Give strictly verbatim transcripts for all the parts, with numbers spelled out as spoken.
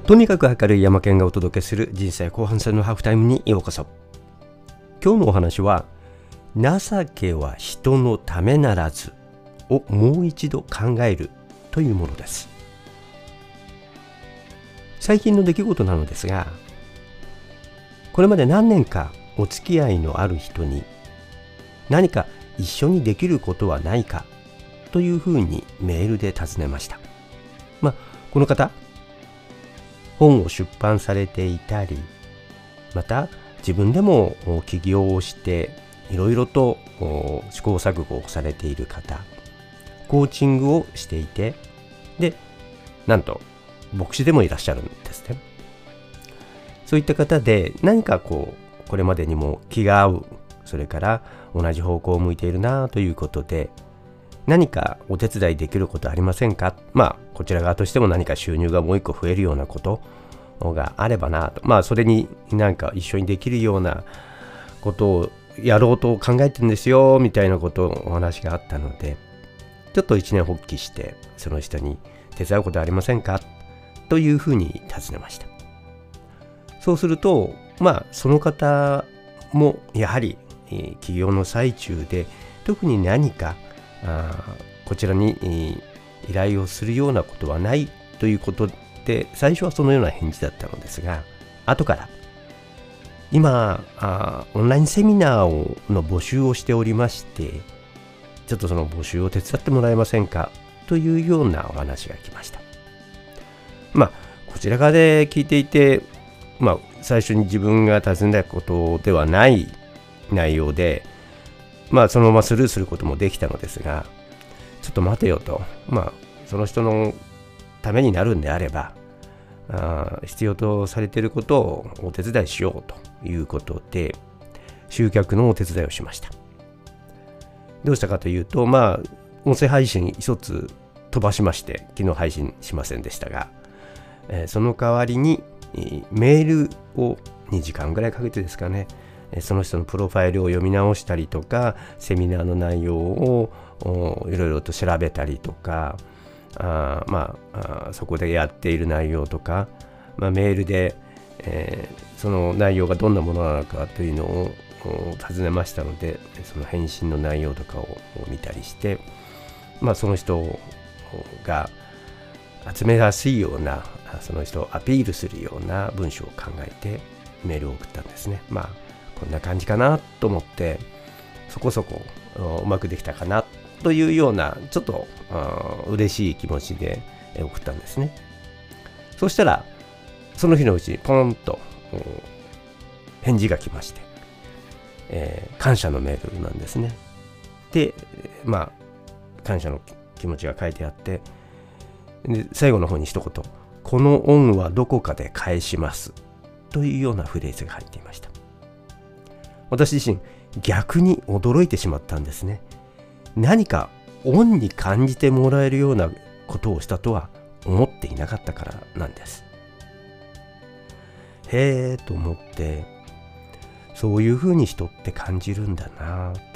とにかく明るい山県がお届けする人生後半戦のハーフタイムにようこそ。今日のお話は、情けは人のためならずをもう一度考えるというものです。最近の出来事なのですが、これまで何年かお付き合いのある人に何か一緒にできることはないかというふうにメールで尋ねました。まあ、この方、本を出版されていたり、また自分でも起業をしていろいろと試行錯誤をされている方、コーチングをしていて、で、なんと牧師でもいらっしゃるんですね。そういった方で何かこうこれまでにも気が合う、それから同じ方向を向いているなということで、何かお手伝いできることありませんか。まあこちら側としても何か収入がもう一個増えるようなことがあればなと、まあそれになんか一緒にできるようなことをやろうと考えてるんですよみたいなことをお話があったので、ちょっと一年発起してその人に手伝うことありませんかというふうに尋ねました。そうすると、まあその方もやはり、えー、起業の最中で特に何かあこちらに、えー、依頼をするようなことはないということで、最初はそのような返事だったのですが、後から今あオンラインセミナーをの募集をしておりまして、ちょっとその募集を手伝ってもらえませんかというようなお話が来ました。まあこちら側で聞いていて、まあ最初に自分が尋ねたことではない内容で、まあそのままスルーすることもできたのですが、ちょっと待てよと、まあその人のためになるんであれば、あ必要とされていることをお手伝いしようということで、集客のお手伝いをしました。どうしたかというと、まあ音声配信一つ飛ばしまして、昨日配信しませんでしたが、えー、その代わりに、えー、メールをにじかんぐらいかけてですかね、その人のプロファイルを読み直したりとか、セミナーの内容をいろいろと調べたりとか、あまあ、あそこでやっている内容とか、まあ、メールで、えー、その内容がどんなものなのかというのを尋ねましたので、その返信の内容とかを見たりして、まあ、その人が集めやすいような、その人をアピールするような文章を考えてメールを送ったんですね。まあこんな感じかなと思って、そこそこうまくできたかなというような、ちょっと嬉しい気持ちで送ったんですね。そしたらその日のうちにポンと返事が来まして、えー、感謝のメールなんですね。で、まあ感謝の気持ちが書いてあって、で最後の方に一言、この恩はどこかで返しますというようなフレーズが入っていました。私自身逆に驚いてしまったんですね。何か恩に感じてもらえるようなことをしたとは思っていなかったからなんです。へーと思って、そういうふうに人って感じるんだなと。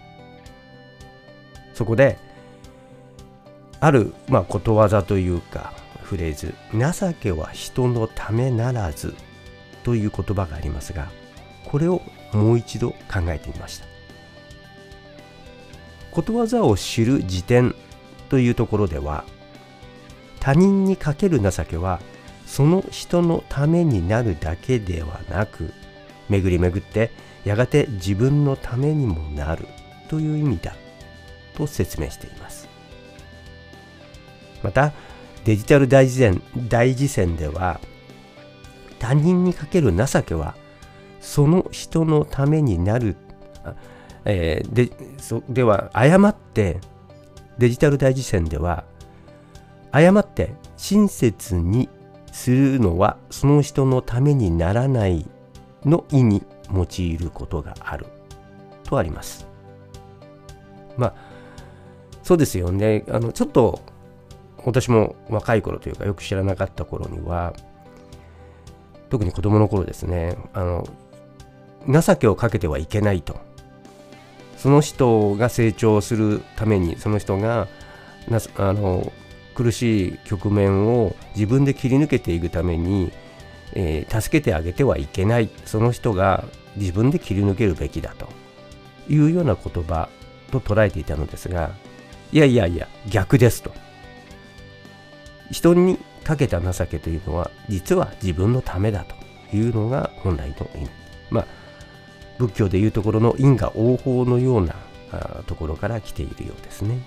そこである、まあ、ことわざというかフレーズ、情けは人のためならずという言葉がありますが、これをもう一度考えてみました。ことわざを知る時点というところでは、他人にかける情けはその人のためになるだけではなく、巡り巡ってやがて自分のためにもなるという意味だと説明しています。またデジタル大辞典、大辞典では、他人にかける情けはその人のためになる、えー、で, そでは誤ってデジタル大辞典では、誤って親切にするのはその人のためにならないの意に用いることがあるとあります。まあそうですよね。あのちょっと私も若い頃というか、よく知らなかった頃には、特に子供の頃ですね、あの情けをかけてはいけないと。その人が成長するために、その人がなあの苦しい局面を自分で切り抜けていくために、えー、助けてあげてはいけない、その人が自分で切り抜けるべきだというような言葉と捉えていたのですが、いやいやいや逆ですと。人にかけた情けというのは実は自分のためだというのが本来の意味。まあ仏教でいうところの因果応報のようなところから来ているようですね。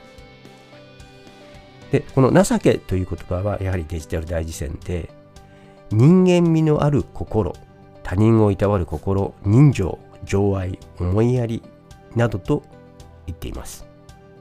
で、この情けという言葉はやはりデジタル大辞典で、人間味のある心、他人をいたわる心、人情、情愛、思いやりなどと言っています。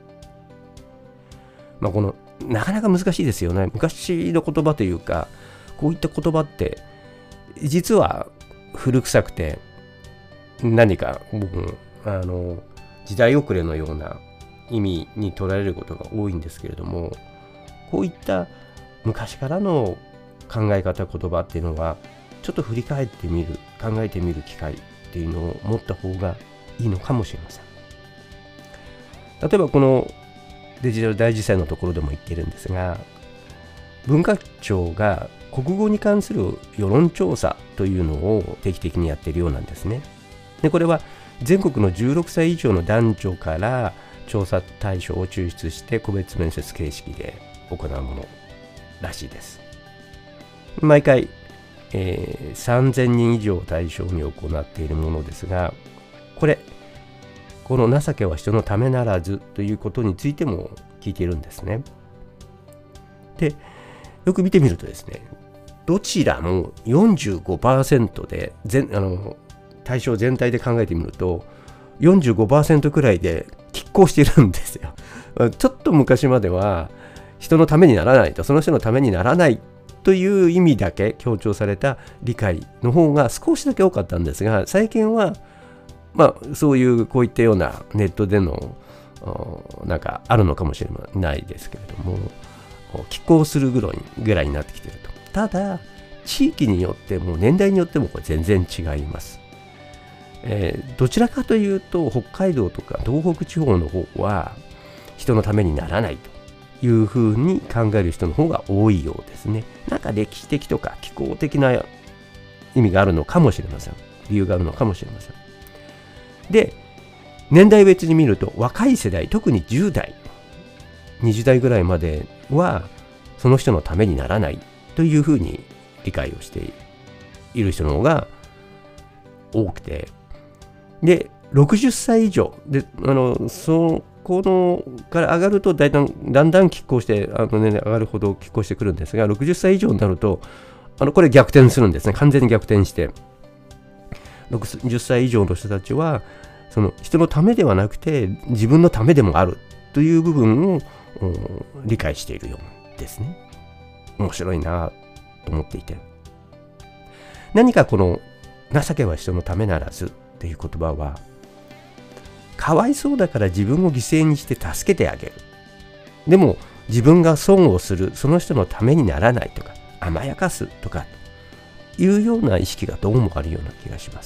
まあこのなかなか難しいですよね。昔の言葉というか、こういった言葉って実は古臭くて、何か僕あの時代遅れのような意味に捉えることが多いんですけれども、こういった昔からの考え方、言葉っていうのはちょっと振り返ってみる、考えてみる機会っていうのを持った方がいいのかもしれません。例えばこのデジタル大辞典のところでも言ってるんですが、文化庁が国語に関する世論調査というのを定期的にやっているようなんですね。でこれは全国のじゅうろくさい以上の男女から調査対象を抽出して個別面接形式で行うものらしいです。毎回、えー、さんぜんにん以上を対象に行っているものですが、これこの情けは人のためならずということについても聞いているんですね。でよく見てみるとですね、どちらも よんじゅうごパーセント で全あの対象全体で考えてみると よんじゅうごパーセント くらいで拮抗しているんですよ。ちょっと昔までは人のためにならないと、その人のためにならないという意味だけ強調された理解の方が少しだけ多かったんですが、最近はまあそういうこういったようなネットでのなんかあるのかもしれないですけれども、拮抗するぐらいぐらいになってきていると。ただ地域によっても年代によってもこれ全然違います。えー、どちらかというと北海道とか東北地方の方は人のためにならないというふうに考える人の方が多いようですね。なんか歴史的とか気候的な意味があるのかもしれません。理由があるのかもしれません。で、年代別に見ると若い世代、特にじゅう代、にじゅう代ぐらいまではその人のためにならないというふうに理解をしている人の方が多くて、でろくじゅっさい以上で、あのそこのから上がるとだんだんだんだん拮抗して、あの、ね、上がるほど拮抗してくるんですが、ろくじゅっさい以上になるとあのこれ逆転するんですね。完全に逆転して、ろくじゅっさい以上の人たちはその人のためではなくて自分のためでもあるという部分を理解しているようですね。面白いなと思っていて、何かこの情けは人のためならずっていう言葉は、かわいそうだから自分を犠牲にして助けてあげる、でも自分が損をする、その人のためにならないとか甘やかすとかいうような意識がどうもあるような気がします。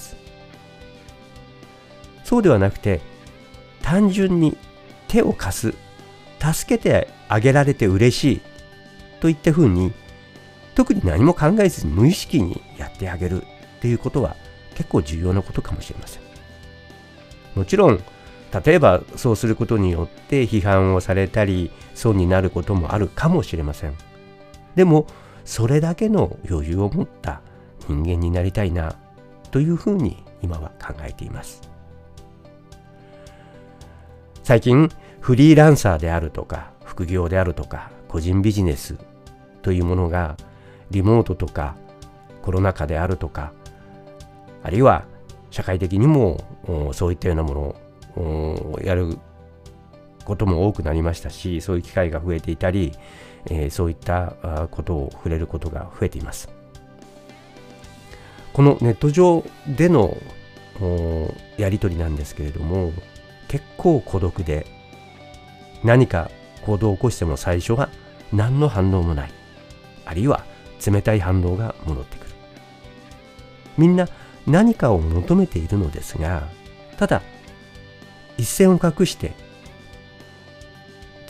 そうではなくて、単純に手を貸す、助けてあげられて嬉しいといったふうに、特に何も考えずに無意識にやってあげるっていうことは結構重要なことかもしれません。もちろん例えばそうすることによって批判をされたり損になることもあるかもしれません。でもそれだけの余裕を持った人間になりたいなというふうに今は考えています。最近フリーランサーであるとか副業であるとか個人ビジネスというものがリモートとかコロナ禍であるとか、あるいは社会的にもそういったようなものをやることも多くなりましたし、そういう機会が増えていたり、えー、そういったことを触れることが増えています。このネット上でのやり取りなんですけれども、結構孤独で、何か行動を起こしても最初は何の反応もない、あるいは冷たい反応が戻ってくる。みんな何かを求めているのですが、ただ一線を画して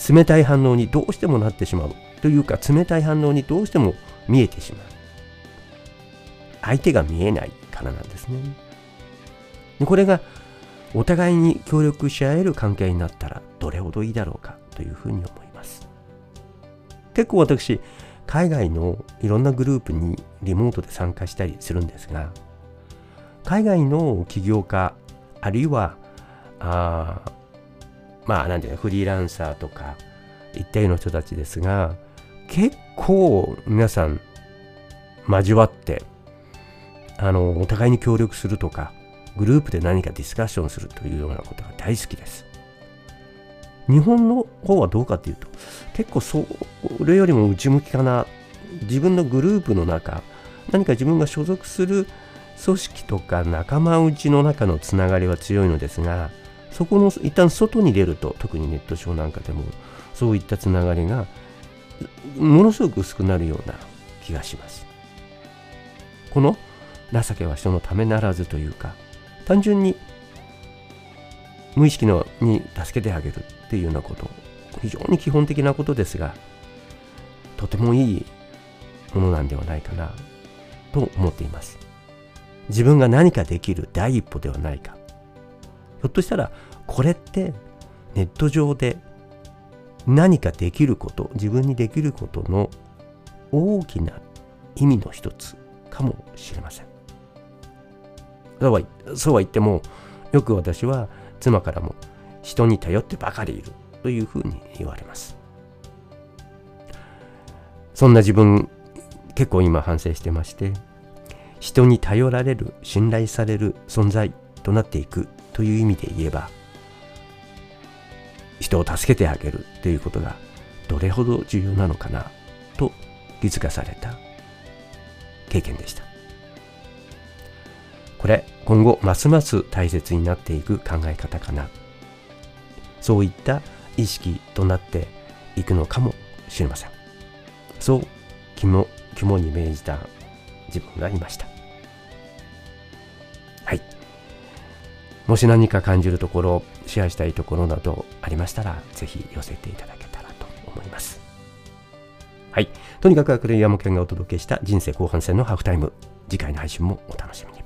冷たい反応にどうしてもなってしまうというか、冷たい反応にどうしても見えてしまう。相手が見えないからなんですね。これがお互いに協力し合える関係になったらどれほどいいだろうかというふうに思います。結構私、海外のいろんなグループにリモートで参加したりするんですが、海外の起業家、あるいはあまあなんていうの、フリーランサーとかいったような人たちですが、結構皆さん交わってあのお互いに協力するとか、グループで何かディスカッションするというようなことが大好きです。日本の方はどうかというと、結構それよりも内向きかな。自分のグループの中、何か自分が所属する組織とか仲間内の中のつながりは強いのですが、そこの一旦外に出ると、特にネット上なんかでもそういったつながりがものすごく薄くなるような気がします。この情けは人のためならずというか、単純に無意識のに助けてあげるっていうようなこと、非常に基本的なことですが、とてもいいものなんではないかなと思っています。自分が何かできる第一歩ではないか。ひょっとしたらこれってネット上で何かできること、自分にできることの大きな意味の一つかもしれません。そうは、そうは言っても、よく私は妻からも人に頼ってばかりいるというふうに言われます。そんな自分、結構今反省してまして、人に頼られる、信頼される存在となっていくという意味で言えば、人を助けてあげるということがどれほど重要なのかなと気づかされた経験でした。これ、今後ますます大切になっていく考え方かな。そういった意識となっていくのかもしれません。そう肝、肝に銘じた自分がいました。はい。もし何か感じるところ、シェアしたいところなどありましたら、ぜひ寄せていただけたらと思います。はい。とにかくアクレイヤモケンがお届けした人生後半戦のハーフタイム。次回の配信もお楽しみに。